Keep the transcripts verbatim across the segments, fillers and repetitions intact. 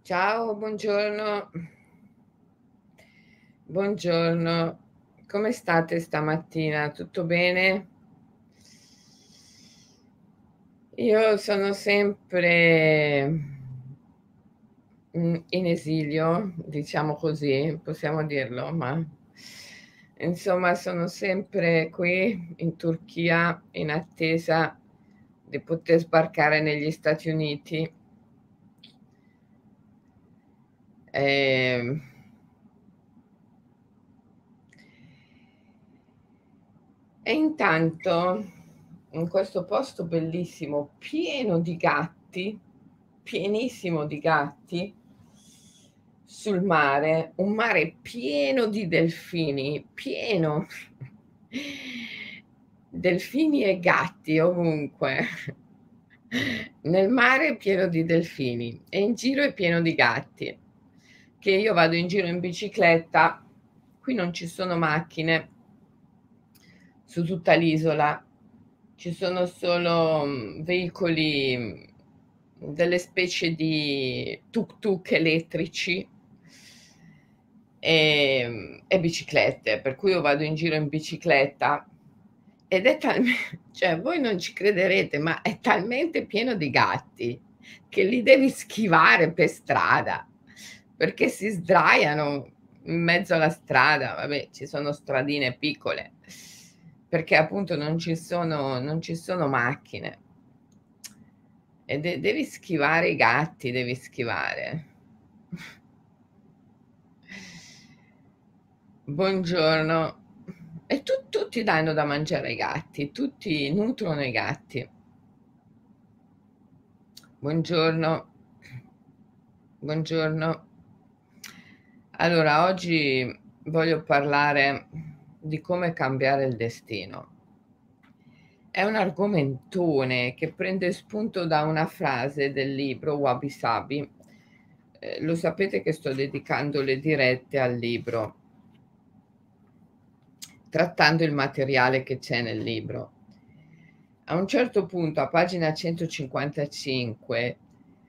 Ciao, buongiorno. Buongiorno. Come state stamattina? Tutto bene? Io sono sempre, mhmm, in esilio, diciamo così, possiamo dirlo, ma insomma sono sempre qui in Turchia in attesa di poter sbarcare negli Stati Uniti. Ehm E intanto in questo posto bellissimo, pieno di gatti, pienissimo di gatti, sul mare, un mare pieno di delfini, pieno. Delfini e gatti ovunque. Nel mare pieno di delfini e in giro è pieno di gatti. Che io vado in giro in bicicletta, qui non ci sono macchine su tutta l'isola, ci sono solo, mhmm, veicoli, mhmm, delle specie di tuk-tuk elettrici, ehm, e biciclette, per cui io vado in giro in bicicletta ed è talme cioè voi non ci crederete, ma è talmente pieno di gatti che li devi schivare per strada, perché si sdraiano in mezzo alla strada. Vabbè, ci sono stradine piccole, perché appunto non ci sono non ci sono macchine. E de devi schivare i gatti, devi schivare. Buongiorno. E tu tutti danno da mangiare ai gatti, tutti nutrono i gatti. Buongiorno. Buongiorno. Allora, oggi voglio parlare di come cambiare il destino. È un argomentone che prende spunto da una frase del libro Wabi Sabi. Ehm, lo sapete che sto dedicando le dirette al libro trattando il materiale che c'è nel libro. A un certo punto, a pagina centocinquantacinque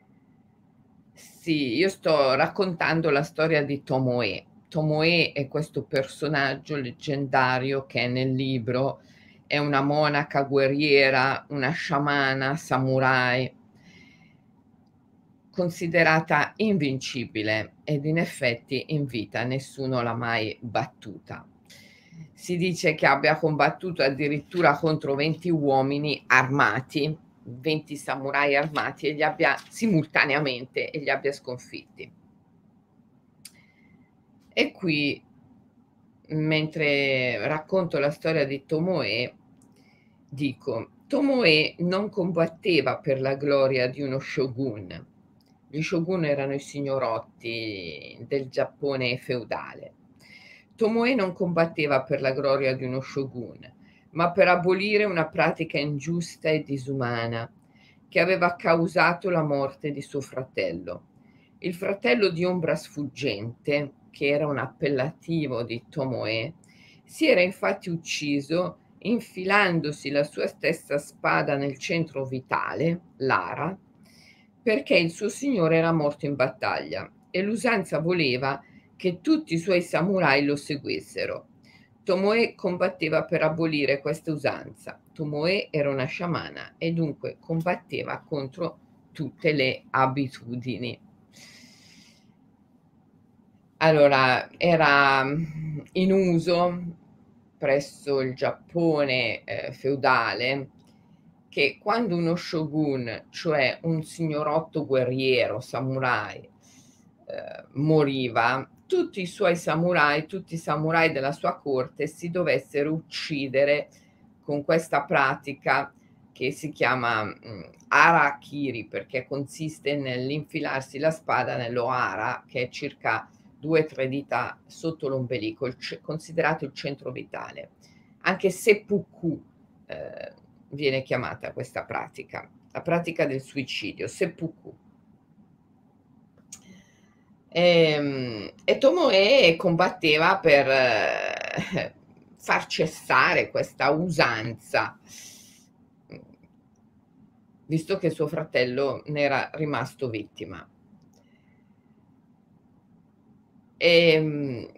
sì, io sto raccontando la storia di Tomoe. Tomoe è questo personaggio leggendario che è nel libro, è una monaca guerriera, una sciamana samurai considerata invincibile ed in effetti in vita nessuno l'ha mai battuta. Si dice che abbia combattuto addirittura contro venti uomini armati, venti samurai armati e li abbia simultaneamente e li abbia sconfitti. E qui, mentre racconto la storia di Tomoe, dico: Tomoe non combatteva per la gloria di uno shogun. Gli shogun erano i signorotti del Giappone feudale. Tomoe non combatteva per la gloria di uno shogun, ma per abolire una pratica ingiusta e disumana che aveva causato la morte di suo fratello. Il fratello di Ombra Sfuggente, che era un appellativo di Tomoe, si era infatti ucciso infilandosi la sua stessa spada nel centro vitale, l'ara, perché il suo signore era morto in battaglia e l'usanza voleva che tutti i suoi samurai lo seguissero. Tomoe combatteva per abolire questa usanza. Tomoe era una sciamana e dunque combatteva contro tutte le abitudini. Allora, era mhmm, in uso presso il Giappone, ehm, feudale, che quando uno shogun, cioè un signorotto guerriero, samurai, ehm, moriva, tutti i suoi samurai, tutti i samurai della sua corte si dovessero uccidere con questa pratica che si chiama, mhmm, harakiri, perché consiste nell'infilarsi la spada nell'ohara, che è circa due, tre dita sotto l'ombelico, il c considerato il centro vitale. Anche seppuku, ehm, viene chiamata questa pratica, la pratica del suicidio, seppuku. Ehm, e Tomoe combatteva per eh, far cessare questa usanza, mhmm, visto che suo fratello ne era rimasto vittima. Ehm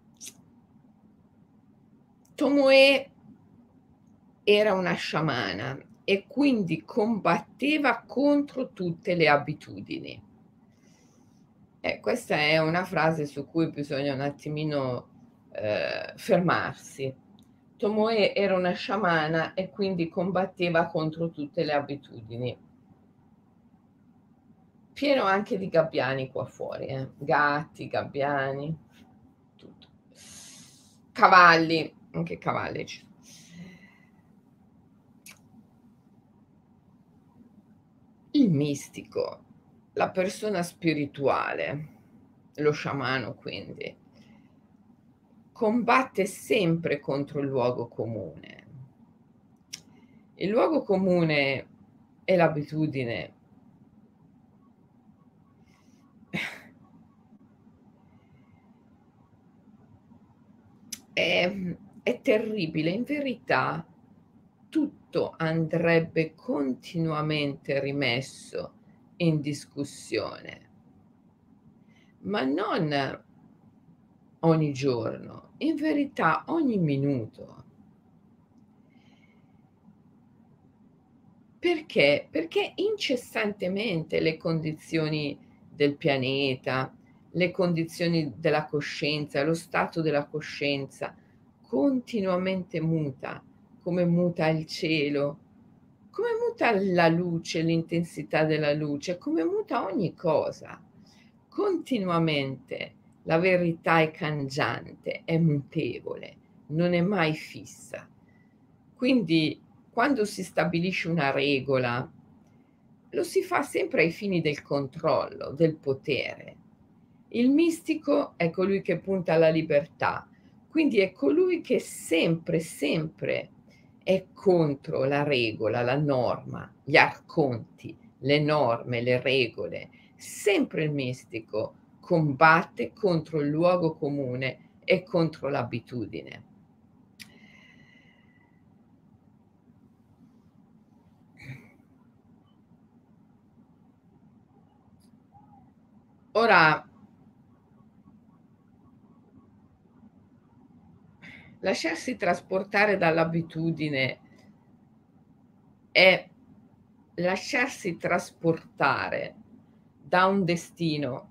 Tomoe era una sciamana e quindi combatteva contro tutte le abitudini. Eh, questa è una frase su cui bisogna un attimino, ehm, fermarsi. Tomoe era una sciamana e quindi combatteva contro tutte le abitudini. Pieno anche di gabbiani qua fuori, eh, gatti, gabbiani, tutto. Cavalli, anche cavalli ci Il mistico, la persona spirituale, lo sciamano quindi, combatte sempre contro il luogo comune. Il luogo comune è l'abitudine. È mhmm, è terribile. In verità tutto andrebbe continuamente rimesso in discussione. Ma non ogni giorno, in verità ogni minuto. Perché? Perché incessantemente le condizioni del pianeta, le condizioni della coscienza, lo stato della coscienza continuamente muta, come muta il cielo, come muta la luce, l'intensità della luce, come muta ogni cosa. Continuamente la verità è cangiante, è mutevole, non è mai fissa. Quindi quando si stabilisce una regola, lo si fa sempre ai fini del controllo, del potere. Il mistico è colui che punta alla libertà, quindi è colui che sempre, sempre è contro la regola, la norma, gli arconti, le norme, le regole. Sempre il mistico combatte contro il luogo comune e contro l'abitudine. Ora lasciarsi trasportare dall'abitudine è lasciarsi trasportare da un destino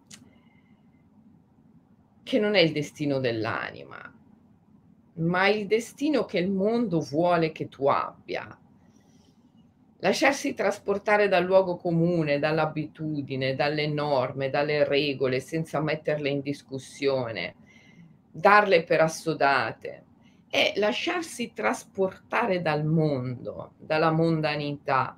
che non è il destino dell'anima, ma il destino che il mondo vuole che tu abbia. Lasciarsi trasportare dal luogo comune, dall'abitudine, dalle norme, dalle regole senza metterle in discussione, darle per assodate, è lasciarsi trasportare dal mondo, dalla mondanità.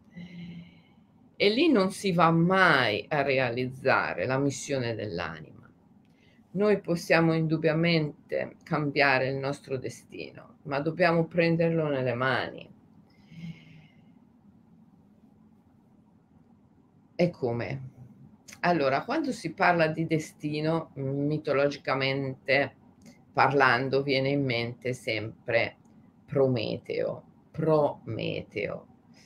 E lì non si va mai a realizzare la missione dell'anima. Noi possiamo indubbiamente cambiare il nostro destino, ma dobbiamo prenderlo nelle mani. E come? Allora, quando si parla di destino, mitologicamente parlando, viene in mente sempre Prometeo, Prometeo,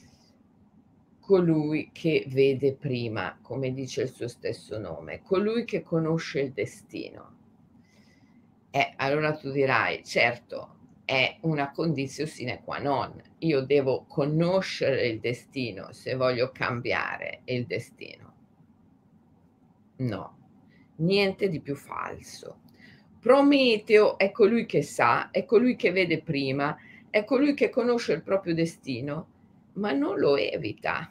colui che vede prima, come dice il suo stesso nome, colui che conosce il destino. Eh, allora tu dirai: "Certo, è una conditio sine qua non. Io devo conoscere il destino se voglio cambiare il destino." No, niente di più falso. Prometeo è colui che sa, è colui che vede prima, è colui che conosce il proprio destino, ma non lo evita.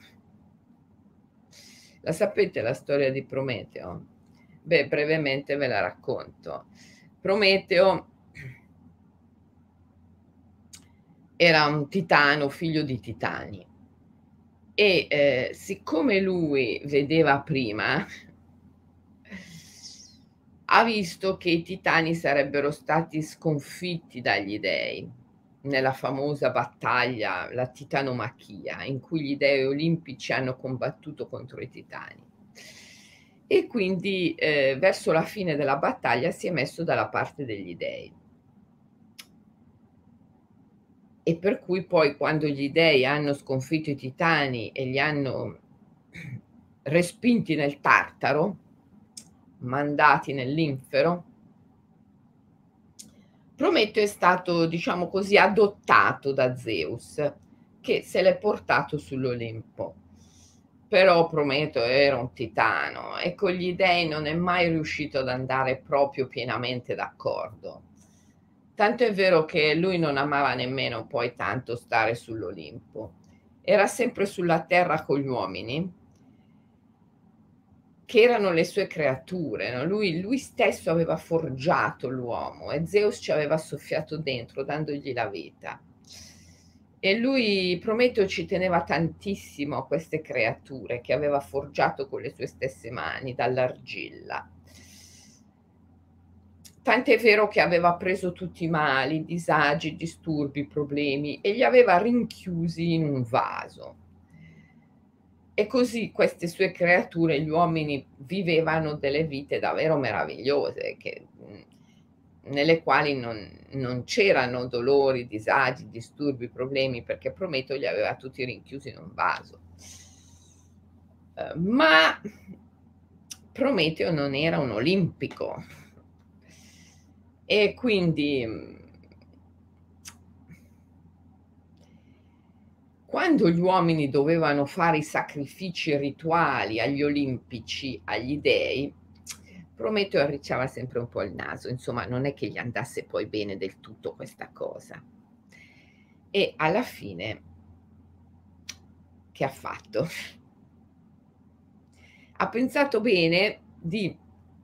La sapete la storia di Prometeo? Beh, brevemente ve la racconto. Prometeo era un titano, figlio di titani e, ehm, siccome lui vedeva prima, ha visto che i titani sarebbero stati sconfitti dagli dei nella famosa battaglia, la Titanomachia, in cui gli dei olimpici hanno combattuto contro i titani. E quindi, ehm, verso la fine della battaglia si è messo dalla parte degli dei. E per cui poi quando gli dei hanno sconfitto i titani e li hanno respinti nel Tartaro, mandati nell'infero, Prometeo è stato, diciamo così, adottato da Zeus, che se l'è portato sull'Olimpo. Però Prometeo era un titano e con gli dei non è mai riuscito ad andare proprio pienamente d'accordo. Tanto è vero che lui non amava nemmeno poi tanto stare sull'Olimpo. Era sempre sulla terra con gli uomini, che erano le sue creature, no, lui lui stesso aveva forgiato l'uomo e Zeus ci aveva soffiato dentro dandogli la vita. E lui, Prometeo, ci teneva tantissimo a queste creature che aveva forgiato con le sue stesse mani dall'argilla. Tant'è vero che aveva preso tutti i mali, disagi, disturbi, problemi e li aveva rinchiusi in un vaso. E così queste sue creature, gli uomini, vivevano delle vite davvero meravigliose che, mhmm, nelle quali non non c'erano dolori, disagi, disturbi, problemi, perché Prometeo li aveva tutti rinchiusi in un vaso. Uhm, ma Prometeo non era un olimpico. E quindi, mhmm quando gli uomini dovevano fare i sacrifici rituali agli olimpici, agli dei, Prometeo arricciava sempre un po' il naso, insomma non è che gli andasse poi bene del tutto questa cosa. E alla fine che ha fatto? Ha pensato bene di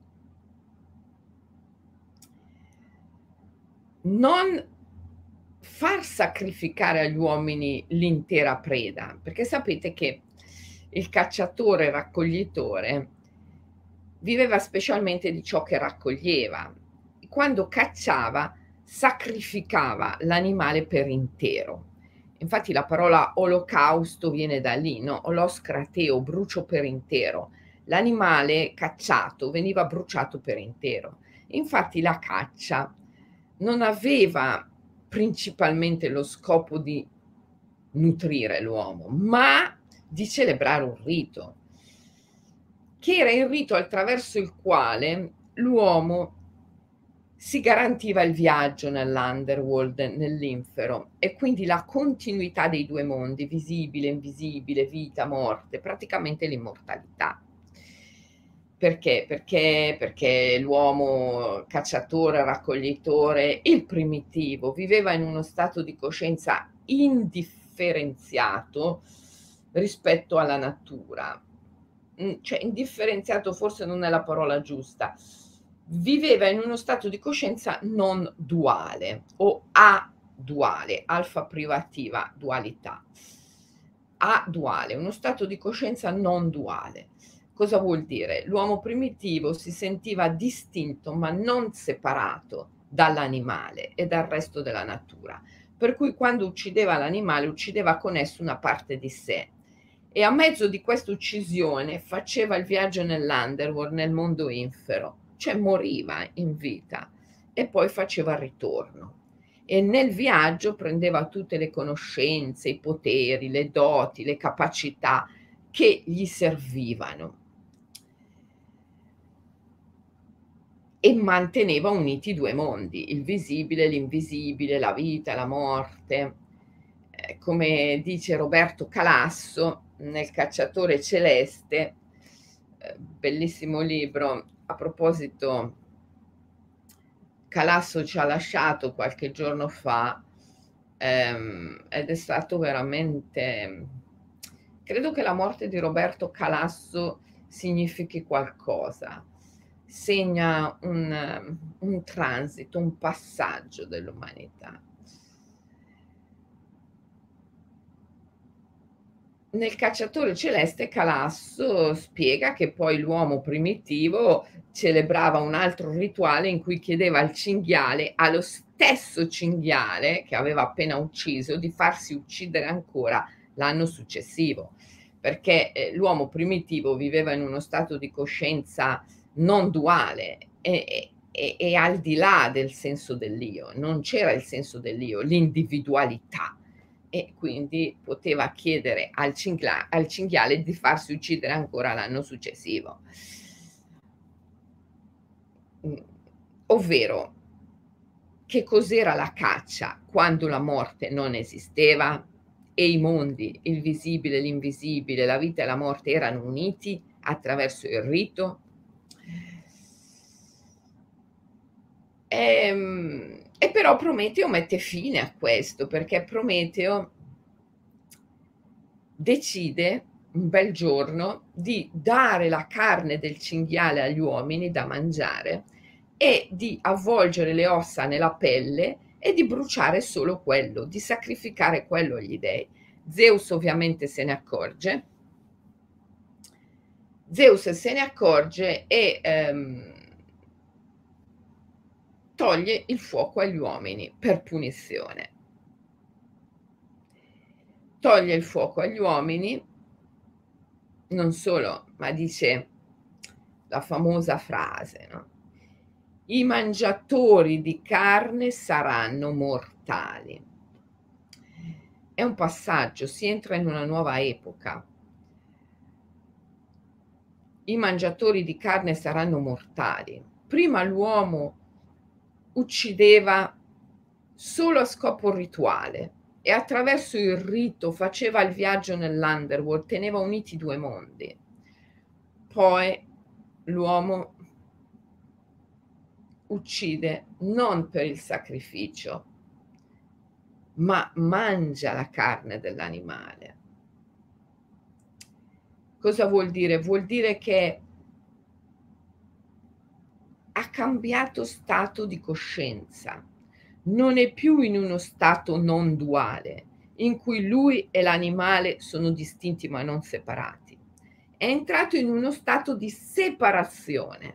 non far sacrificare agli uomini l'intera preda, perché sapete che il cacciatore raccoglitore viveva specialmente di ciò che raccoglieva. Quando cacciava, sacrificava l'animale per intero. Infatti la parola olocausto viene da lì, no, olos krateo, brucio per intero. L'animale cacciato veniva bruciato per intero. Infatti la caccia non aveva principalmente lo scopo di nutrire l'uomo, ma di celebrare un rito, che era il rito attraverso il quale l'uomo si garantiva il viaggio nell'underworld, nell'infero, e quindi la continuità dei due mondi, visibile, invisibile, vita, morte, praticamente l'immortalità. Perché? Perché perché l'uomo cacciatore, raccoglitore, il primitivo, viveva in uno stato di coscienza indifferenziato rispetto alla natura. Mhmm, cioè indifferenziato forse non è la parola giusta. Viveva in uno stato di coscienza non duale o aduale, alfa privativa, dualità. Aduale, uno stato di coscienza non duale. Cosa vuol dire? L'uomo primitivo si sentiva distinto, ma non separato dall'animale e dal resto della natura. Per cui quando uccideva l'animale, uccideva con esso una parte di sé. E a mezzo di questa uccisione faceva il viaggio nell'underworld, nel mondo infero, cioè moriva in vita e poi faceva il ritorno. E nel viaggio prendeva tutte le conoscenze, i poteri, le doti, le capacità che gli servivano. E manteneva uniti i due mondi, il visibile, l'invisibile, la vita, la morte. Ehm, come dice Roberto Calasso nel Cacciatore celeste, ehm, bellissimo libro, a proposito Calasso ci ha lasciato qualche giorno fa, ehm, ed è stato veramente credo che la morte di Roberto Calasso significhi qualcosa. Segna un un transito, un passaggio dell'umanità. Nel Cacciatore celeste Calasso spiega che poi l'uomo primitivo celebrava un altro rituale in cui chiedeva al cinghiale, allo stesso cinghiale che aveva appena ucciso, di farsi uccidere ancora l'anno successivo, perché, ehm, l'uomo primitivo viveva in uno stato di coscienza non duale e e e e al di là del senso dell'io, non c'era il senso dell'io, l'individualità. E quindi poteva chiedere al cingla al cinghiale di farsi uccidere ancora l'anno successivo. Mhmm, ovvero, che cos'era la caccia quando la morte non esisteva e i mondi, il visibile e l'invisibile, la vita e la morte erano uniti attraverso il rito? Ehm, e però Prometeo mette fine a questo, perché Prometeo decide un bel giorno di dare la carne del cinghiale agli uomini da mangiare e di avvolgere le ossa nella pelle e di bruciare solo quello, di sacrificare quello agli dei. Zeus ovviamente se ne accorge. Zeus se ne accorge e ehm, toglie il fuoco agli uomini per punizione. Toglie il fuoco agli uomini, non solo, ma dice la famosa frase, no? I mangiatori di carne saranno mortali. È un passaggio, si entra in una nuova epoca. I mangiatori di carne saranno mortali. Prima l'uomo uccideva solo a scopo rituale e attraverso il rito faceva il viaggio nell'underworld, teneva uniti i due mondi. Poi l'uomo uccide non per il sacrificio, ma mangia la carne dell'animale. Cosa vuol dire? Vuol dire che ha cambiato stato di coscienza, non è più in uno stato non duale, in cui lui e l'animale sono distinti ma non separati. È entrato in uno stato di separazione.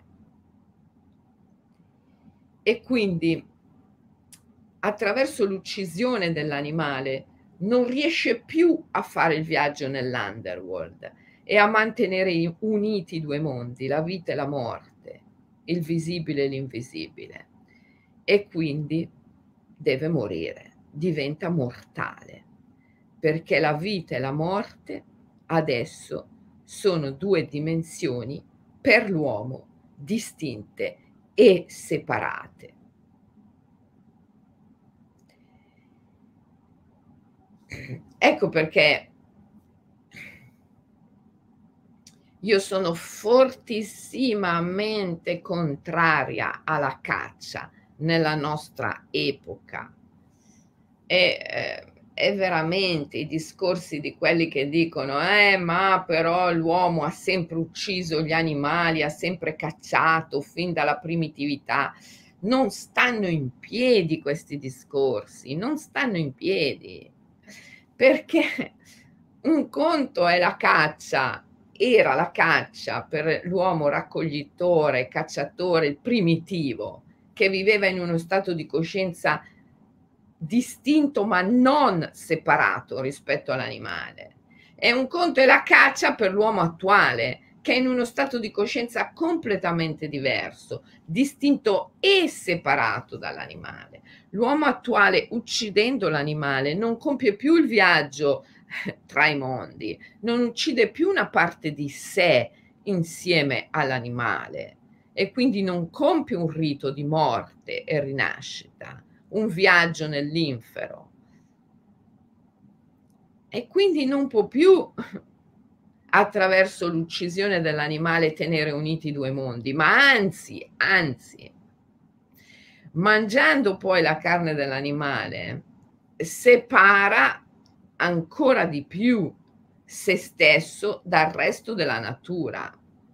E quindi, attraverso l'uccisione dell'animale, non riesce più a fare il viaggio nell'underworld e a mantenere uniti i due mondi, la vita e la morte, il visibile e l'invisibile. E quindi deve morire, diventa mortale, perché la vita e la morte adesso sono due dimensioni per l'uomo distinte e separate. Ecco perché io sono fortissimamente contraria alla caccia nella nostra epoca. E, ehm, è veramente i discorsi di quelli che dicono: "Eh, ma però l'uomo ha sempre ucciso gli animali, ha sempre cacciato fin dalla primitività." Non stanno in piedi questi discorsi, non stanno in piedi, perché un conto è la caccia, era la caccia per l'uomo raccoglitore, cacciatore, il primitivo, che viveva in uno stato di coscienza distinto ma non separato rispetto all'animale. E un conto è la caccia per l'uomo attuale, che è in uno stato di coscienza completamente diverso, distinto e separato dall'animale. L'uomo attuale, uccidendo l'animale, non compie più il viaggio tra i mondi, non uccide più una parte di sé insieme all'animale e quindi non compie un rito di morte e rinascita, un viaggio nell'infero. E quindi non può più attraverso l'uccisione dell'animale tenere uniti i due mondi, ma anzi, anzi, mangiando poi la carne dell'animale, separa ancora di più se stesso dal resto della natura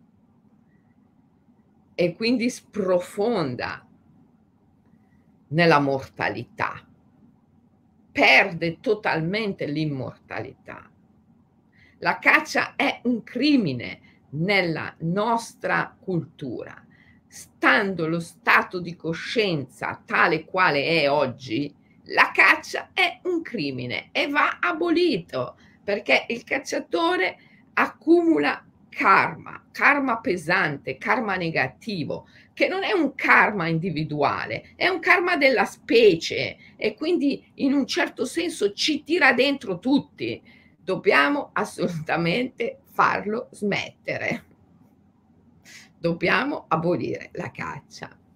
e quindi sprofonda nella mortalità, perde totalmente l'immortalità. La caccia è un crimine nella nostra cultura. Stando lo stato di coscienza tale quale è oggi, la caccia è un crimine e va abolito, perché il cacciatore accumula karma, karma pesante, karma negativo, che non è un karma individuale, è un karma della specie e quindi in un certo senso ci tira dentro tutti. Dobbiamo assolutamente farlo smettere. Dobbiamo abolire la caccia.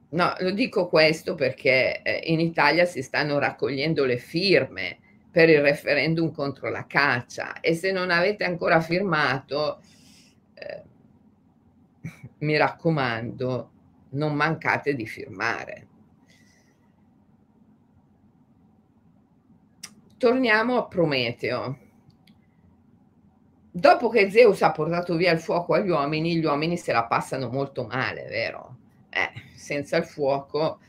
No, lo dico questo perché, ehm, in Italia si stanno raccogliendo le firme per il referendum contro la caccia e se non avete ancora firmato, ehm, mi raccomando, non mancate di firmare. Torniamo a Prometeo. Dopo che Zeus ha portato via il fuoco agli uomini, gli uomini se la passano molto male, vero? Eh, senza il fuoco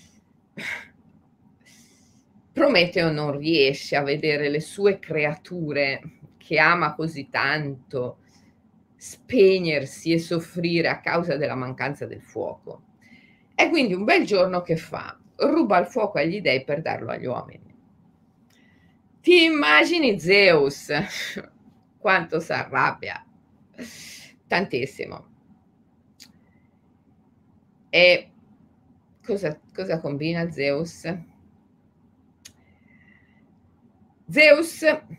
Prometeo non riesce a vedere le sue creature, che ama così tanto, spegnersi e soffrire a causa della mancanza del fuoco. E quindi un bel giorno che fa? Ruba il fuoco agli dei per darlo agli uomini. Ti immagini Zeus quanto s'arrabbia? Tantissimo. E cosa cosa combina Zeus? Zeus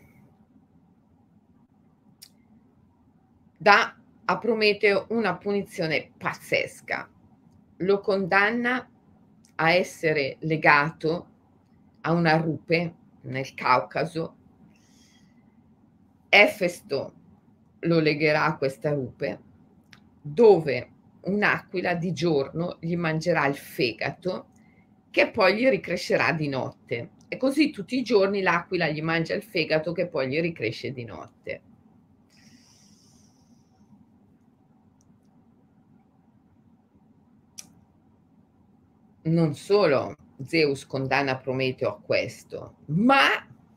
dà a Prometeo una punizione pazzesca. Lo condanna a essere legato a una rupe nel Caucaso. Efesto lo legherà a questa rupe, dove un'aquila di giorno gli mangerà il fegato, che poi gli ricrescerà di notte. E così tutti i giorni l'aquila gli mangia il fegato che poi gli ricresce di notte. Non solo Zeus condanna Prometeo a questo, ma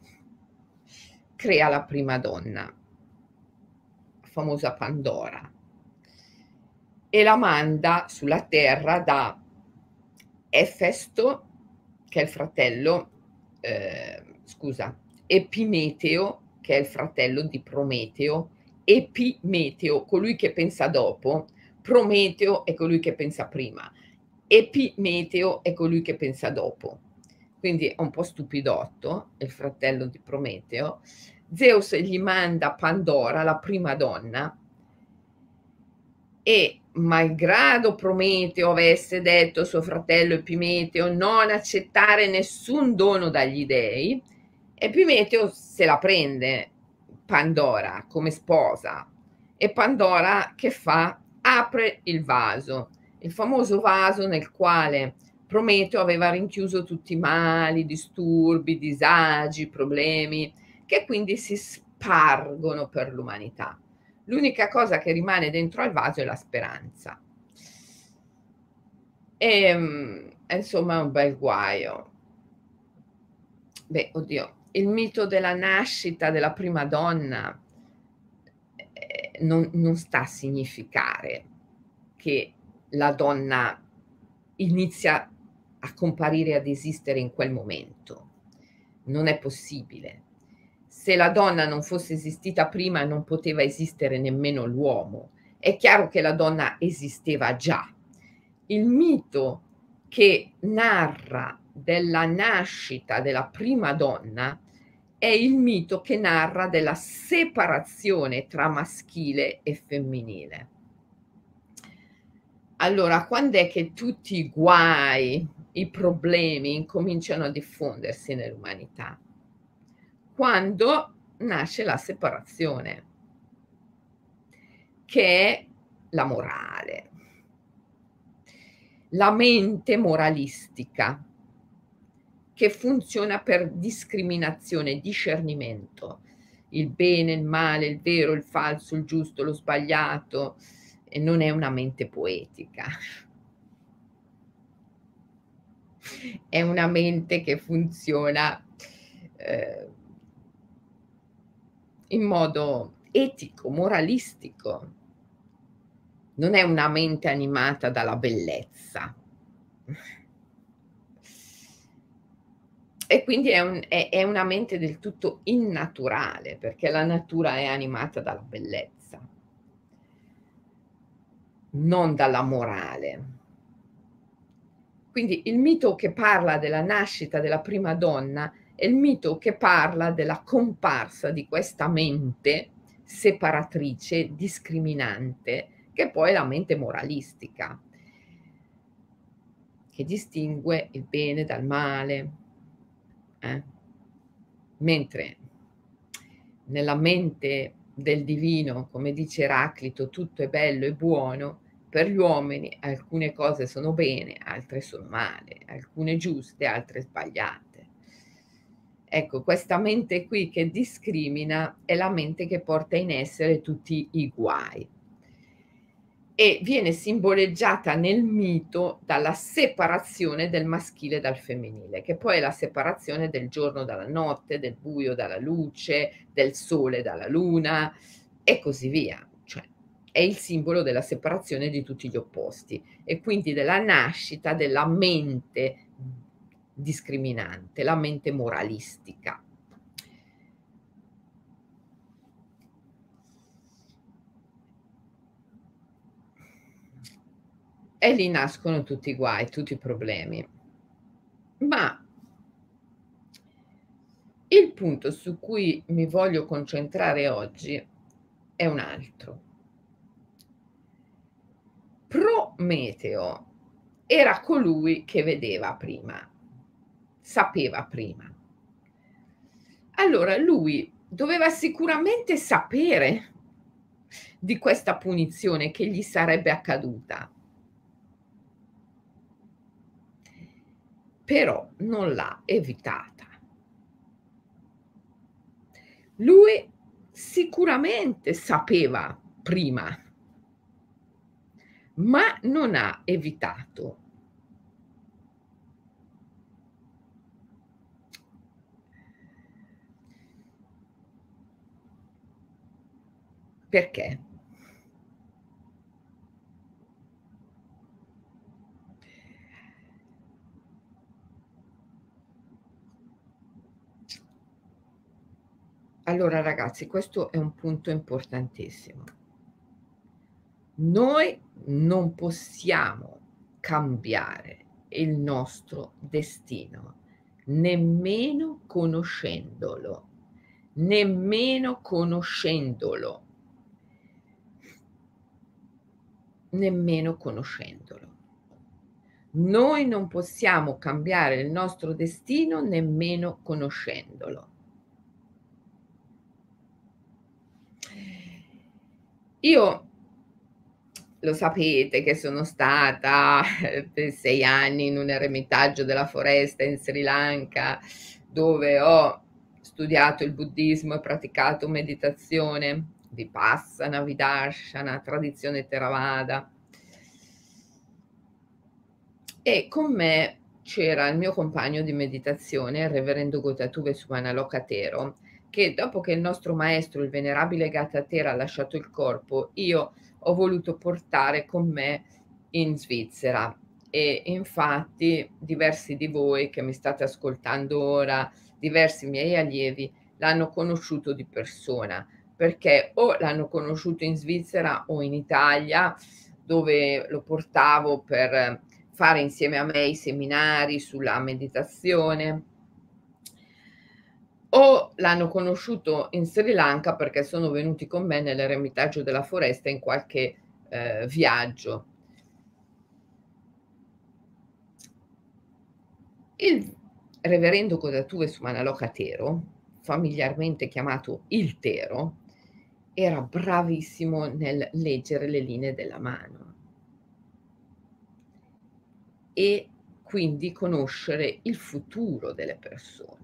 crea la prima donna, la famosa Pandora, e la manda sulla terra da Efesto, che è il fratello, ehm, scusa, Epimeteo, che è il fratello di Prometeo, Epimeteo, colui che pensa dopo, Prometeo è colui che pensa prima, Epimeteo è colui che pensa dopo. Quindi è un po' stupidotto, il fratello di Prometeo. Zeus gli manda Pandora, la prima donna, e malgrado Prometeo avesse detto a suo fratello Epimeteo non accettare nessun dono dagli dei, Epimeteo se la prende Pandora come sposa e Pandora che fa? Apre il vaso, il famoso vaso nel quale Prometeo aveva rinchiuso tutti i mali, disturbi, disagi, problemi, che quindi si spargono per l'umanità. L'unica cosa che rimane dentro al vaso è la speranza. Ehm, e insomma è un bel guaio. Beh, oddio, il mito della nascita della prima donna, ehm, non non sta a significare che la donna inizia a comparire, ad esistere in quel momento. Non è possibile. Se la donna non fosse esistita prima, non poteva esistere nemmeno l'uomo. È chiaro che la donna esisteva già. Il mito che narra della nascita della prima donna è il mito che narra della separazione tra maschile e femminile. Allora, quand'è che tutti i guai, i problemi incominciano a diffondersi nell'umanità? Quando nasce la separazione, che è la morale. La mente moralistica, che funziona per discriminazione, discernimento, il bene, il male, il vero, il falso, il giusto, lo sbagliato, e non è una mente poetica. È una mente che funziona, ehm in modo etico, moralistico. Non è una mente animata dalla bellezza. E quindi è un è è una mente del tutto innaturale, perché la natura è animata dalla bellezza non dalla morale. Quindi il mito che parla della nascita della prima donna è il mito che parla della comparsa di questa mente separatrice, discriminante, che poi è la mente moralistica. che distingue il bene dal male, eh. Mentre nella mente del divino, come dice Eraclito, tutto è bello e buono, per gli uomini alcune cose sono bene, altre sono male, alcune giuste, altre sbagliate. Ecco, questa mente qui che discrimina è la mente che porta in essere tutti i guai. E viene simboleggiata nel mito dalla separazione del maschile dal femminile, che poi è la separazione del giorno dalla notte, del buio dalla luce, del sole dalla luna e così via. Cioè, è il simbolo della separazione di tutti gli opposti e quindi della nascita della mente discriminante, la mente moralistica. E lì nascono tutti i guai, tutti i problemi. Ma il punto su cui mi voglio concentrare oggi è un altro. Prometeo era colui che vedeva prima, sapeva prima. Allora lui doveva sicuramente sapere di questa punizione che gli sarebbe accaduta. Però non l'ha evitata. Lui sicuramente sapeva prima, ma non ha evitato. Perché? Allora ragazzi, questo è un punto importantissimo. Noi non possiamo cambiare il nostro destino, nemmeno conoscendolo, nemmeno conoscendolo. Nemmeno conoscendolo. Noi non possiamo cambiare il nostro destino nemmeno conoscendolo. Io lo sapete che sono stata per sei anni in un eremitaggio della foresta in Sri Lanka, dove ho studiato il buddismo e praticato meditazione, Vipassana, Vidarshana, tradizione Theravada. E con me c'era il mio compagno di meditazione, il reverendo Gotatuve Sumanaloka Thero, che dopo che il nostro maestro, il venerabile Gatatera, ha lasciato il corpo, io ho voluto portare con me in Svizzera e infatti diversi di voi che mi state ascoltando ora, diversi miei allievi, l'hanno conosciuto di persona, perché o l'hanno conosciuto in Svizzera o in Italia, dove lo portavo per fare insieme a me i seminari sulla meditazione, o l'hanno conosciuto in Sri Lanka perché sono venuti con me nell'eremitaggio della foresta in qualche, ehm, viaggio. Il reverendo Gotatuve Sumanaloka Thero, familiarmente chiamato il Tero, era bravissimo nel leggere le linee della mano e quindi conoscere il futuro delle persone.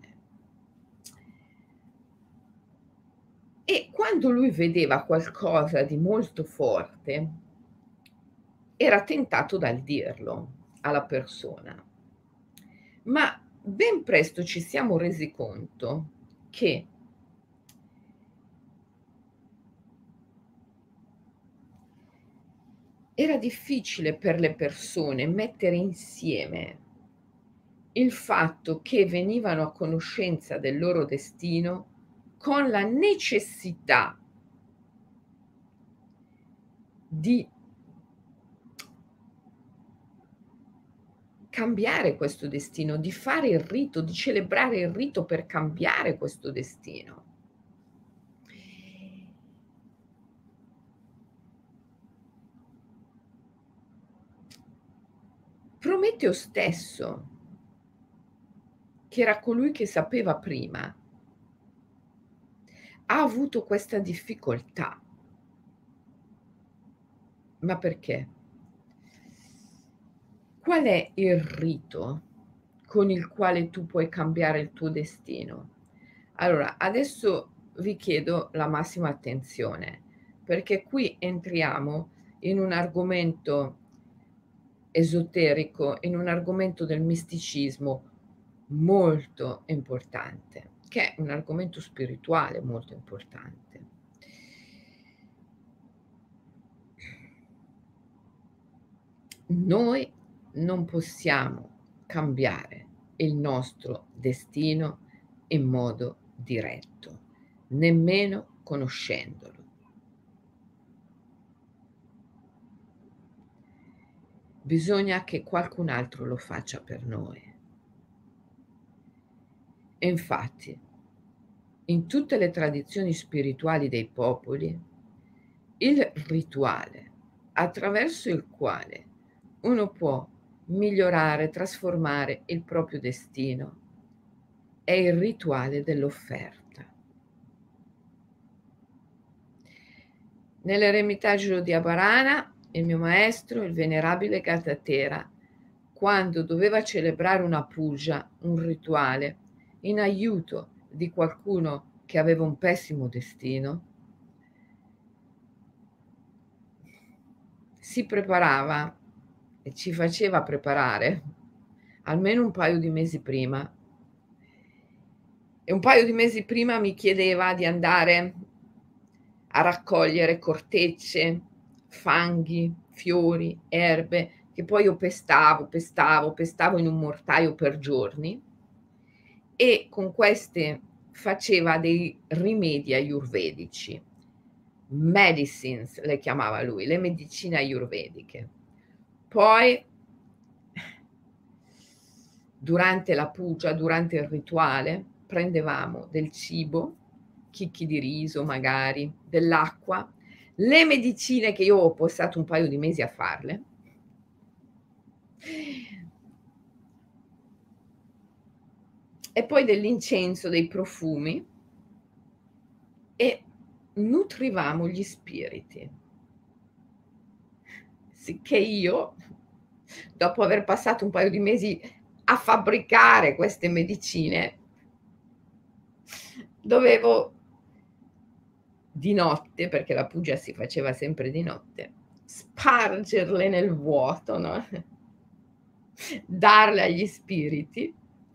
E quando lui vedeva qualcosa di molto forte, era tentato dal dirlo alla persona. Ma ben presto ci siamo resi conto che era difficile per le persone mettere insieme il fatto che venivano a conoscenza del loro destino con la necessità di cambiare questo destino, di fare il rito, di celebrare il rito per cambiare questo destino. Prometeo stesso, che era colui che sapeva prima, ha avuto questa difficoltà. Ma perché? Qual è il rito con il quale tu puoi cambiare il tuo destino? Allora, adesso vi chiedo la massima attenzione, perché qui entriamo in un argomento esoterico, in un argomento del misticismo molto importante, che è un argomento spirituale molto importante. Noi non possiamo cambiare il nostro destino in modo diretto, nemmeno conoscendolo. Bisogna che qualcun altro lo faccia per noi. E infatti, in tutte le tradizioni spirituali dei popoli, il rituale attraverso il quale uno può migliorare, trasformare il proprio destino è il rituale dell'offerta. Nell'Eremitaggio di Abarana, il mio maestro, il venerabile Gatatera, quando doveva celebrare una puja, un rituale, in aiuto di qualcuno che aveva un pessimo destino, si preparava e ci faceva preparare almeno un paio di mesi prima. E un paio di mesi prima mi chiedeva di andare a raccogliere cortecce, fanghi, fiori, erbe, che poi io pestavo, pestavo, pestavo in un mortaio per giorni, e con queste faceva dei rimedi ayurvedici, medicines le chiamava lui, le medicine ayurvediche. Poi durante la puja, durante il rituale, prendevamo del cibo, chicchi di riso magari, dell'acqua, le medicine che io ho passato un paio di mesi a farle, e poi dell'incenso, dei profumi, e nutrivamo gli spiriti. Sicché io, dopo aver passato un paio di mesi a fabbricare queste medicine, dovevo di notte, perché la puja si faceva sempre di notte, spargerle nel vuoto, no? Darle agli spiriti.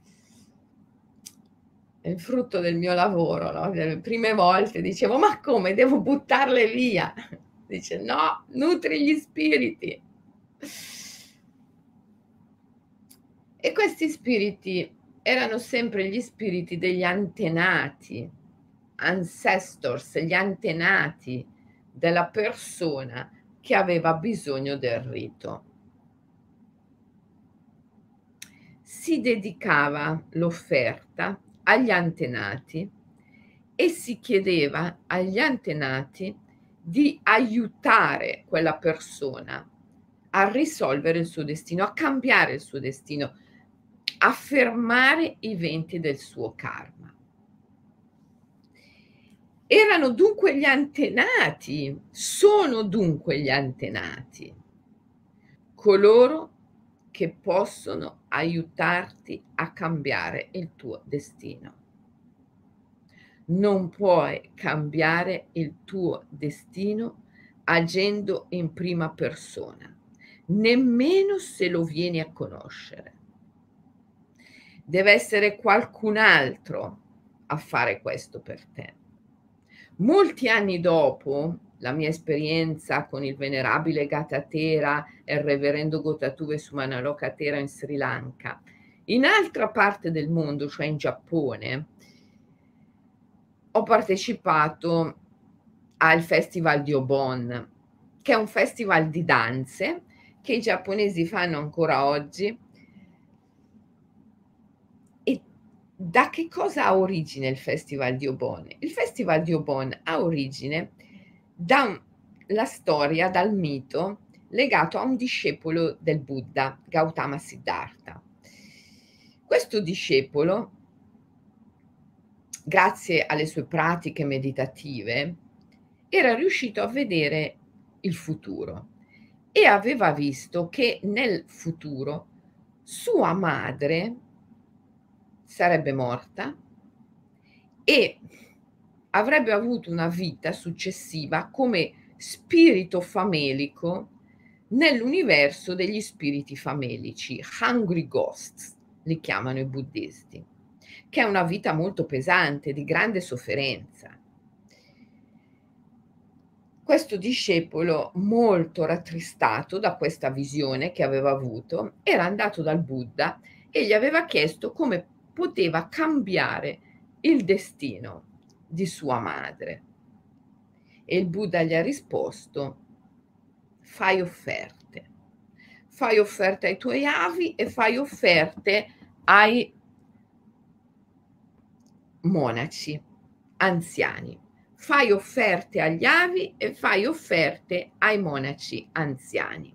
È il frutto del mio lavoro, no? Le prime volte dicevo: ma come, devo buttarle via? Dice: no, nutri gli spiriti. E questi spiriti erano sempre gli spiriti degli antenati, ancestors, gli antenati della persona che aveva bisogno del rito. Si dedicava l'offerta agli antenati e si chiedeva agli antenati di aiutare quella persona a risolvere il suo destino, a cambiare il suo destino, a fermare i venti del suo karma. Erano dunque gli antenati, sono dunque gli antenati, coloro che possono aiutarti a cambiare il tuo destino. Non puoi cambiare il tuo destino agendo in prima persona, nemmeno se lo vieni a conoscere. Deve essere qualcun altro a fare questo per te. Molti anni dopo la mia esperienza con il venerabile Gatatera e il reverendo Gotatuve Sumanaloka Thera in Sri Lanka, in altra parte del mondo, cioè in Giappone, ho partecipato al Festival di Obon, che è un festival di danze che i giapponesi fanno ancora oggi. E da che cosa ha origine il Festival di Obon? Il Festival di Obon ha origine da un la storia, dal mito legato a un discepolo del Buddha, Gautama Siddhartha. Questo discepolo, grazie alle sue pratiche meditative, era riuscito a vedere il futuro e aveva visto che nel futuro sua madre sarebbe morta e avrebbe avuto una vita successiva come spirito famelico nell'universo degli spiriti famelici, hungry ghosts, li chiamano i buddisti, che è una vita molto pesante, di grande sofferenza. Questo discepolo, molto rattristato da questa visione che aveva avuto, era andato dal Buddha e gli aveva chiesto come poteva cambiare il destino di sua madre. E il Buddha gli ha risposto: fai offerte. Fai offerte ai tuoi avi e fai offerte ai monaci anziani. Fai offerte agli avi e fai offerte ai monaci anziani.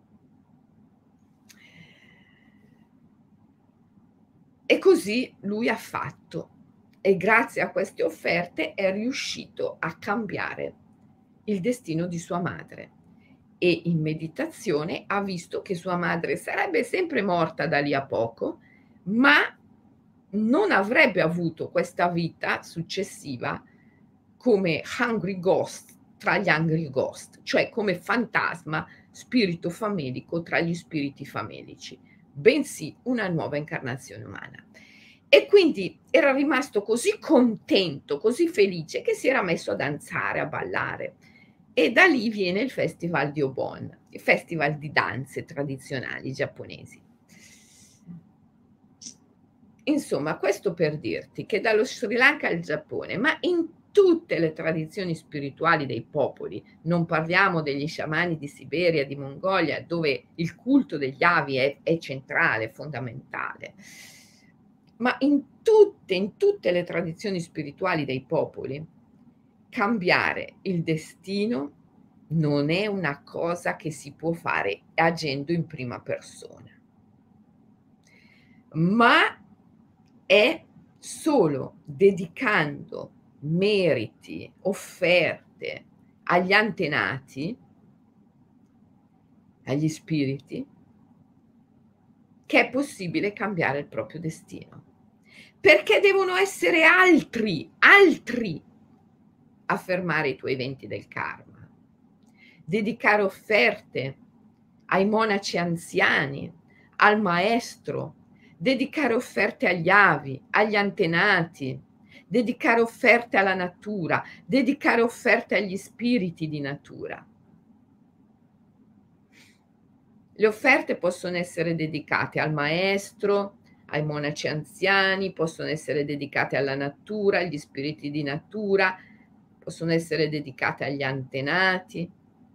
E così lui ha fatto e grazie a queste offerte è riuscito a cambiare il destino di sua madre e in meditazione ha visto che sua madre sarebbe sempre morta da lì a poco, ma non avrebbe avuto questa vita successiva come hungry ghost tra gli hungry ghost, cioè come fantasma, spirito famelico tra gli spiriti famelici, bensì una nuova incarnazione umana. E quindi era rimasto così contento, così felice, che si era messo a danzare, a ballare. E da lì viene il Festival di Obon, il festival di danze tradizionali giapponesi. Insomma, questo per dirti che dallo Sri Lanka al Giappone, ma in tutte le tradizioni spirituali dei popoli, non parliamo degli sciamani di Siberia, di Mongolia, dove il culto degli avi è, è centrale, fondamentale, ma in tutte, in tutte le tradizioni spirituali dei popoli, cambiare il destino non è una cosa che si può fare agendo in prima persona, ma è solo dedicando meriti, offerte agli antenati, agli spiriti, che è possibile cambiare il proprio destino. Perché devono essere altri, altri a fermare i tuoi eventi del karma. Dedicare offerte ai monaci anziani, al maestro, dedicare offerte agli avi, agli antenati, dedicare offerte alla natura, dedicare offerte agli spiriti di natura. Le offerte possono essere dedicate al maestro, ai monaci anziani, possono essere dedicate alla natura, agli spiriti di natura, possono essere dedicate agli antenati,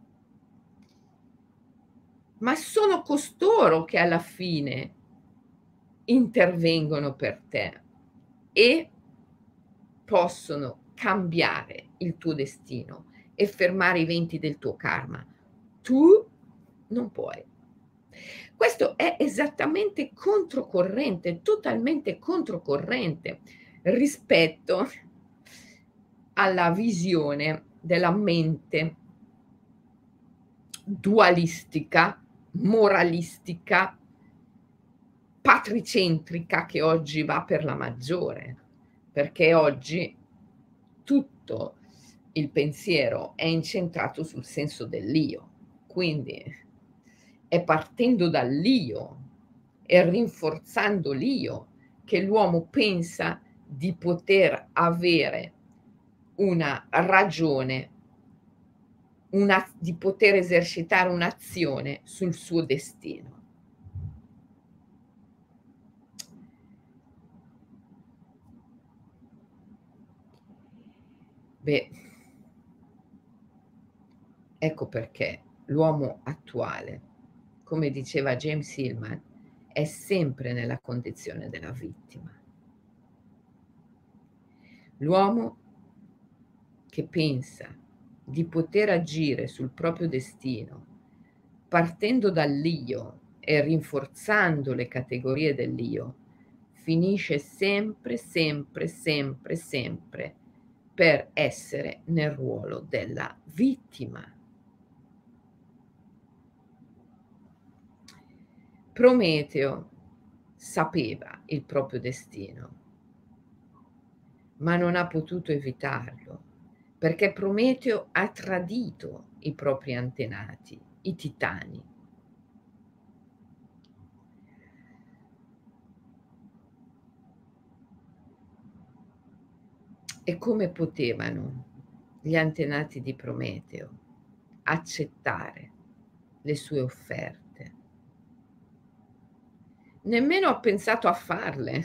ma sono costoro che alla fine intervengono per te e possono cambiare il tuo destino e fermare i venti del tuo karma. Tu non puoi. Questo è esattamente controcorrente, totalmente controcorrente rispetto alla visione della mente dualistica, moralistica, patricentrica che oggi va per la maggiore, perché oggi tutto il pensiero è incentrato sul senso dell'io, quindi è partendo dall'io e rinforzando l'io che l'uomo pensa di poter avere una ragione, una, di poter esercitare un'azione sul suo destino. Beh, ecco perché l'uomo attuale, come diceva James Hillman, è sempre nella condizione della vittima. L'uomo che pensa di poter agire sul proprio destino partendo dall'io e rinforzando le categorie dell'io, finisce sempre, sempre, sempre, sempre per essere nel ruolo della vittima. Prometeo sapeva il proprio destino, ma non ha potuto evitarlo, perché Prometeo ha tradito i propri antenati, i titani. E come potevano gli antenati di Prometeo accettare le sue offerte? Nemmeno ha pensato a farle.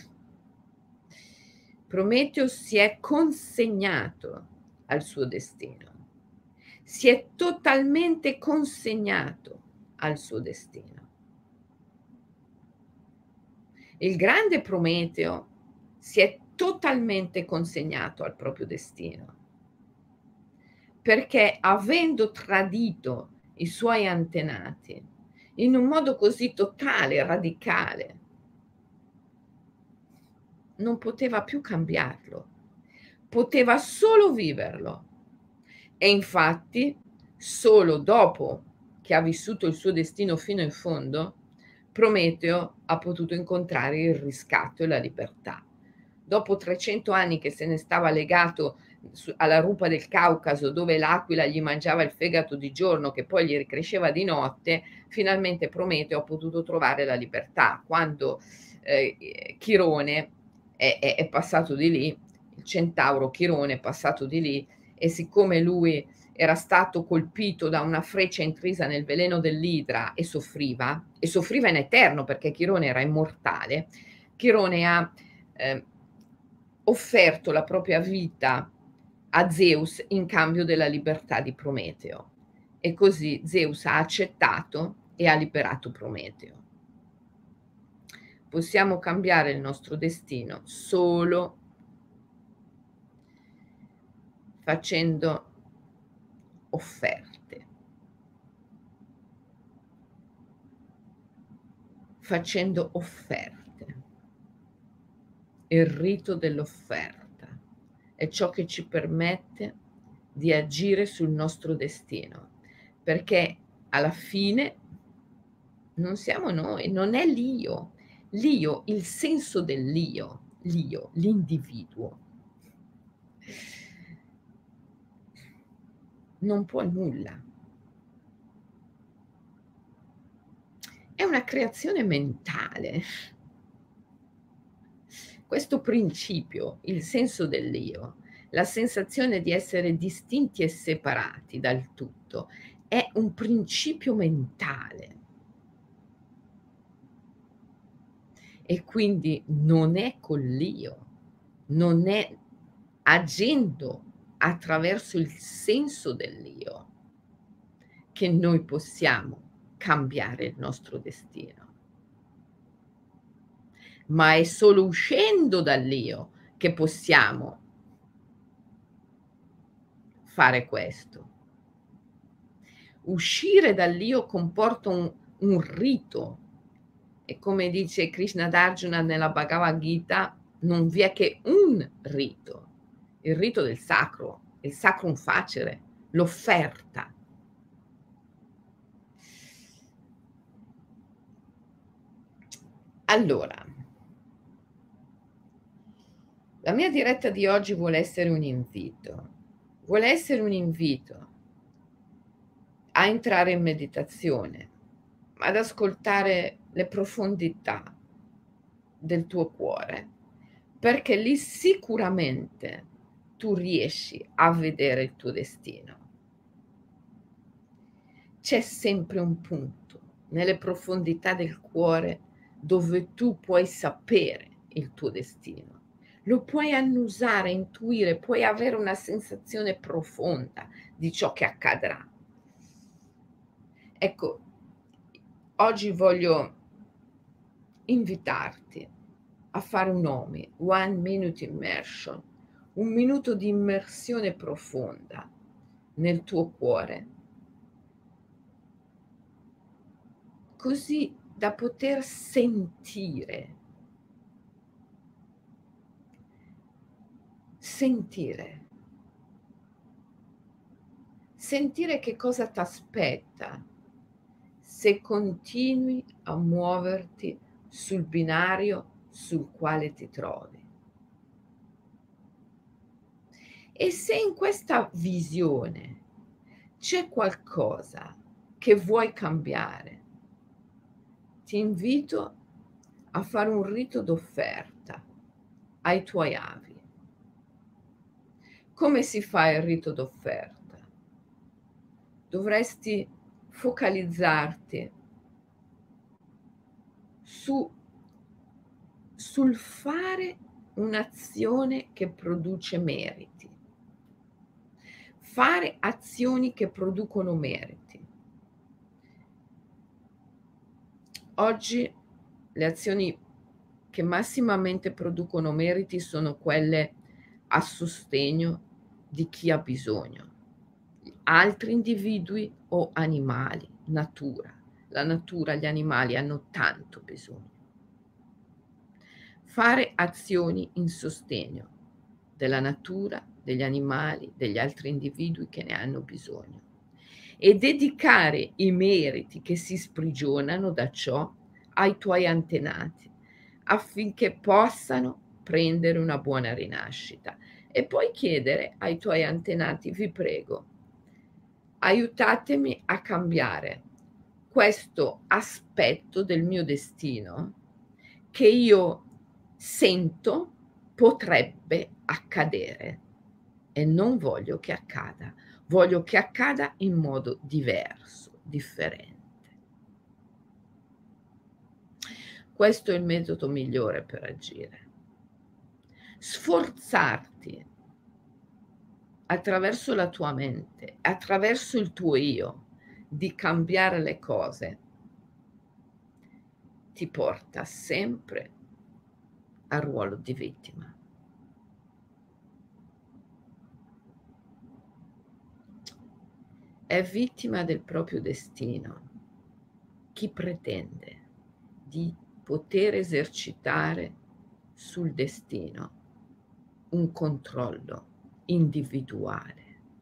Prometeo si è consegnato al suo destino, si è totalmente consegnato al suo destino. Il grande Prometeo si è totalmente consegnato al proprio destino, perché avendo tradito i suoi antenati in un modo così totale, radicale, non poteva più cambiarlo, poteva solo viverlo. E infatti, solo dopo che ha vissuto il suo destino fino in fondo, Prometeo ha potuto incontrare il riscatto e la libertà. Dopo trecento anni che se ne stava legato su alla rupa del Caucaso, dove l'aquila gli mangiava il fegato di giorno, che poi gli ricresceva di notte, finalmente Prometeo ha potuto trovare la libertà. Quando, ehm, Chirone è è è passato di lì, il centauro Chirone è passato di lì, e siccome lui era stato colpito da una freccia intrisa nel veleno dell'idra e soffriva, e soffriva in eterno perché Chirone era immortale, Chirone ha, ehm, offerto la propria vita a Zeus in cambio della libertà di Prometeo, e così Zeus ha accettato e ha liberato Prometeo. Possiamo cambiare il nostro destino solo facendo offerte. Facendo offerte. Il rito dell'offerta è ciò che ci permette di agire sul nostro destino, perché alla fine non siamo noi, non è l'io. L'io, il senso dell'io, l'io, l'individuo, non può nulla. È una creazione mentale. Questo principio, il senso dell'io, la sensazione di essere distinti e separati dal tutto, è un principio mentale. E quindi non è con l'io, non è agendo attraverso il senso dell'io che noi possiamo cambiare il nostro destino. Ma è solo uscendo dall'io che possiamo fare questo. Uscire dall'io comporta un un rito, e come dice Krishnadharjuna nella Bhagavad Gita, non vi è che un rito, il rito del sacro, il sacrum facere, l'offerta. Allora, la mia diretta di oggi vuole essere un invito, vuole essere un invito a entrare in meditazione, ad ascoltare le profondità del tuo cuore, perché lì sicuramente tu riesci a vedere il tuo destino. C'è sempre un punto nelle profondità del cuore dove tu puoi sapere il tuo destino, lo puoi annusare, intuire, puoi avere una sensazione profonda di ciò che accadrà. Ecco, oggi voglio invitarti a fare un O M I, One Minute Immersion, un minuto di immersione profonda nel tuo cuore. così da poter sentire. Sentire. Sentire che cosa t'aspetta se continui a muoverti sul binario sul quale ti trovi. E se in questa visione c'è qualcosa che vuoi cambiare, ti invito a fare un rito d'offerta ai tuoi avi. Come si fa il rito d'offerta? Dovresti focalizzarti su sul fare un'azione che produce meriti. Fare azioni che producono meriti. Oggi le azioni che massimamente producono meriti sono quelle a sostegno di chi ha bisogno, altri individui o animali, natura. La natura, gli animali hanno tanto bisogno. Fare azioni in sostegno della natura, degli animali, degli altri individui che ne hanno bisogno e dedicare i meriti che si sprigionano da ciò ai tuoi antenati affinché possano prendere una buona rinascita. E poi chiedere ai tuoi antenati: vi prego, aiutatemi a cambiare questo aspetto del mio destino che io sento potrebbe accadere e non voglio che accada, voglio che accada in modo diverso, differente. Questo è il metodo migliore per agire. Sforzarti attraverso la tua mente, attraverso il tuo io, di cambiare le cose, ti porta sempre al ruolo di vittima. È vittima del proprio destino chi pretende di poter esercitare sul destino un controllo individuale.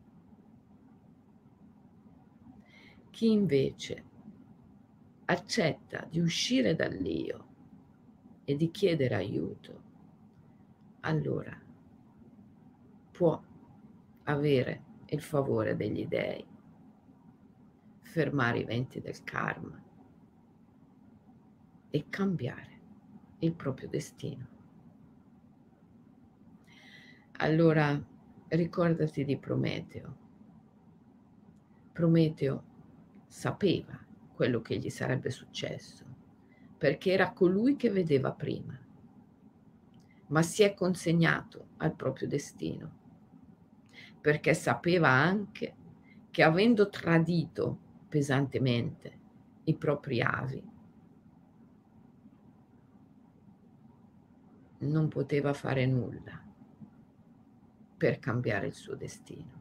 Chi invece accetta di uscire dall'io e di chiedere aiuto, allora può avere il favore degli dèi, fermare i venti del karma e cambiare il proprio destino. Allora ricordati di Prometeo. Prometeo sapeva quello che gli sarebbe successo, perché era colui che vedeva prima, ma si è consegnato al proprio destino, perché sapeva anche che avendo tradito pesantemente i propri avi, non poteva fare nulla per cambiare il suo destino.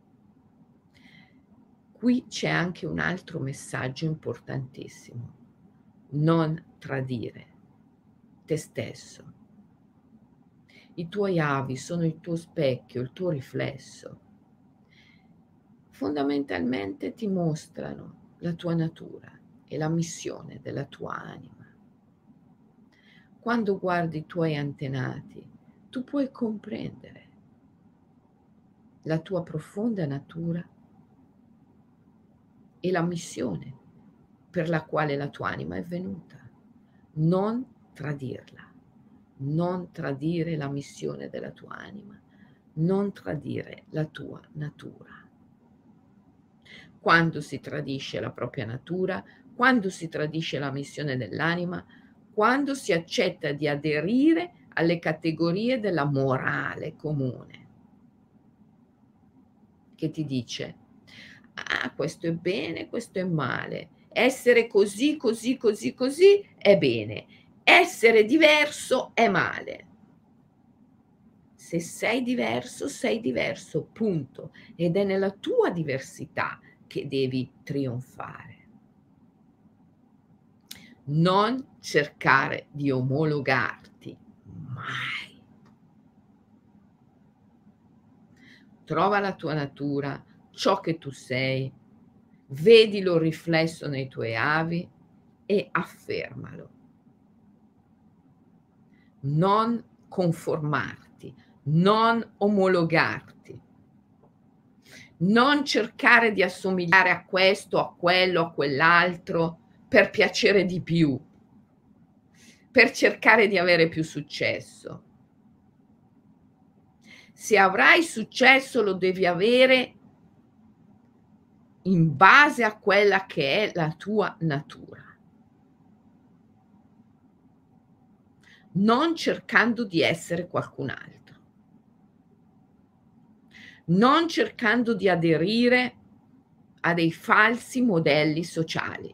Qui c'è anche un altro messaggio importantissimo: non tradire te stesso. I tuoi avi sono il tuo specchio, il tuo riflesso. Fondamentalmente ti mostrano la tua natura e la missione della tua anima. Quando guardi i tuoi antenati, tu puoi comprendere la tua profonda natura e la missione per la quale la tua anima è venuta. Non tradirla, non tradire la missione della tua anima, non tradire la tua natura. Quando si tradisce la propria natura, quando si tradisce la missione dell'anima, quando si accetta di aderire alle categorie della morale comune, che ti dice: ah, questo è bene, questo è male, essere così, così, così, così è bene, essere diverso è male. Se sei diverso, sei diverso, punto. Ed è nella tua diversità che devi trionfare. Non cercare di omologarti, mai. Trova la tua natura, ciò che tu sei, vedilo riflesso nei tuoi avi e affermalo. Non conformarti, non omologarti, non cercare di assomigliare a questo, a quello, a quell'altro per piacere di più, per cercare di avere più successo. Se avrai successo lo devi avere in base a quella che è la tua natura. Non cercando di essere qualcun altro. Non cercando di aderire a dei falsi modelli sociali.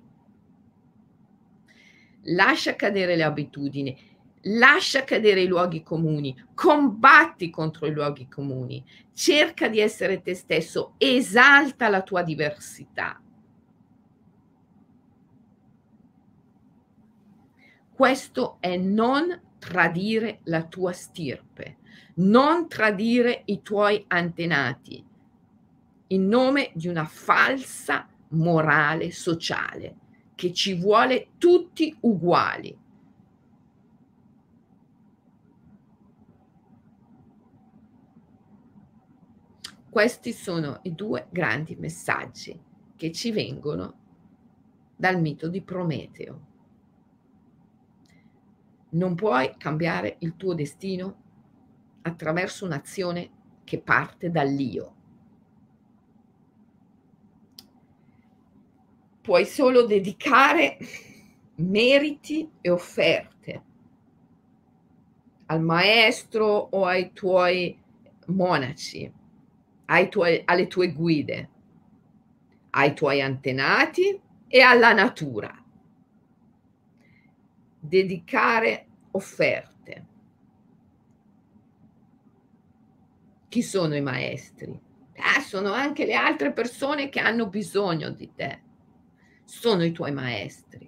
Lascia cadere le abitudini, lascia cadere i luoghi comuni, combatti contro i luoghi comuni, cerca di essere te stesso, esalta la tua diversità. Questo è non tradire la tua stirpe, non tradire i tuoi antenati in nome di una falsa morale sociale che ci vuole tutti uguali. Questi sono i due grandi messaggi che ci vengono dal mito di Prometeo. Non puoi cambiare il tuo destino attraverso un'azione che parte dall'io. Puoi solo dedicare meriti e offerte al maestro o ai tuoi monaci, ai tuoi, alle tue guide, ai tuoi antenati e alla natura. Dedicare offerte. Chi sono i maestri? Ah, sono anche le altre persone che hanno bisogno di te. Sono i tuoi maestri.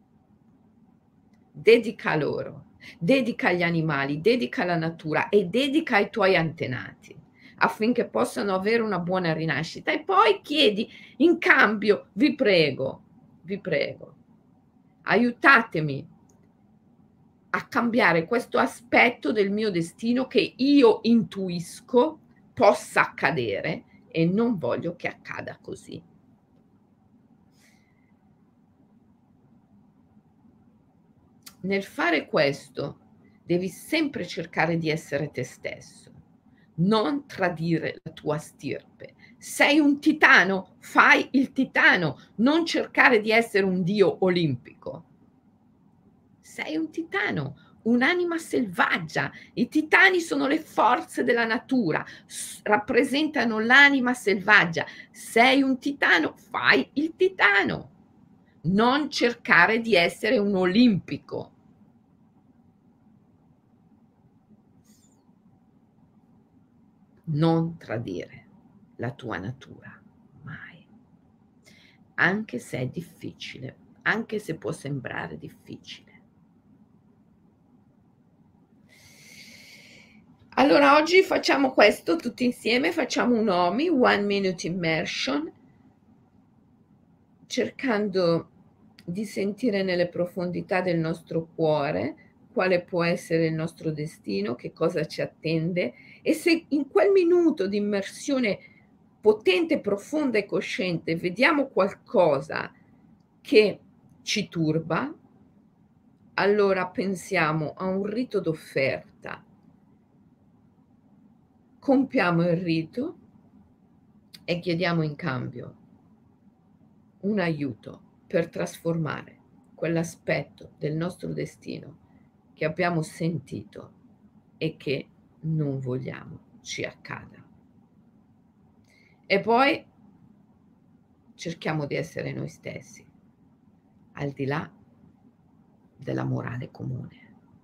Dedica loro, dedica agli animali, dedica alla natura e dedica ai tuoi antenati affinché possano avere una buona rinascita e poi chiedi in cambio, vi prego, vi prego, aiutatemi a cambiare questo aspetto del mio destino che io intuisco possa accadere e non voglio che accada così. Nel fare questo devi sempre cercare di essere te stesso, non tradire la tua stirpe. Sei un titano, fai il titano, non cercare di essere un dio olimpico. Sei un titano, un'anima selvaggia. I titani sono le forze della natura, s- rappresentano l'anima selvaggia. Sei un titano, fai il titano. Non cercare di essere un olimpico. Non tradire la tua natura, mai. Anche se è difficile, anche se può sembrare difficile. Allora oggi facciamo questo tutti insieme, facciamo un O M I, One Minute Immersion, cercando di sentire nelle profondità del nostro cuore quale può essere il nostro destino, che cosa ci attende e se in quel minuto di immersione potente, profonda e cosciente vediamo qualcosa che ci turba, allora pensiamo a un rito d'offerta. Compiamo il rito e chiediamo in cambio un aiuto per trasformare quell'aspetto del nostro destino che abbiamo sentito e che non vogliamo ci accada. E poi cerchiamo di essere noi stessi, al di là della morale comune.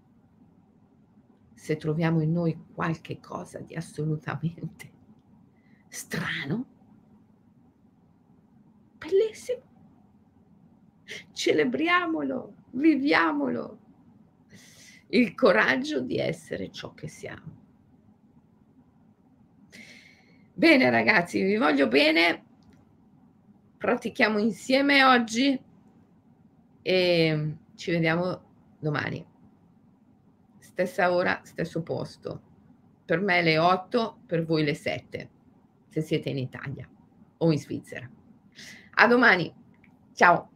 Se troviamo in noi qualche cosa di assolutamente strano, bellissimo, celebriamolo, viviamolo. Il coraggio di essere ciò che siamo. Bene ragazzi, vi voglio bene. Pratichiamo insieme oggi e ci vediamo domani. Stessa ora, stesso posto. Per me le otto, per voi le sette, se siete in Italia o in Svizzera. A domani. Ciao.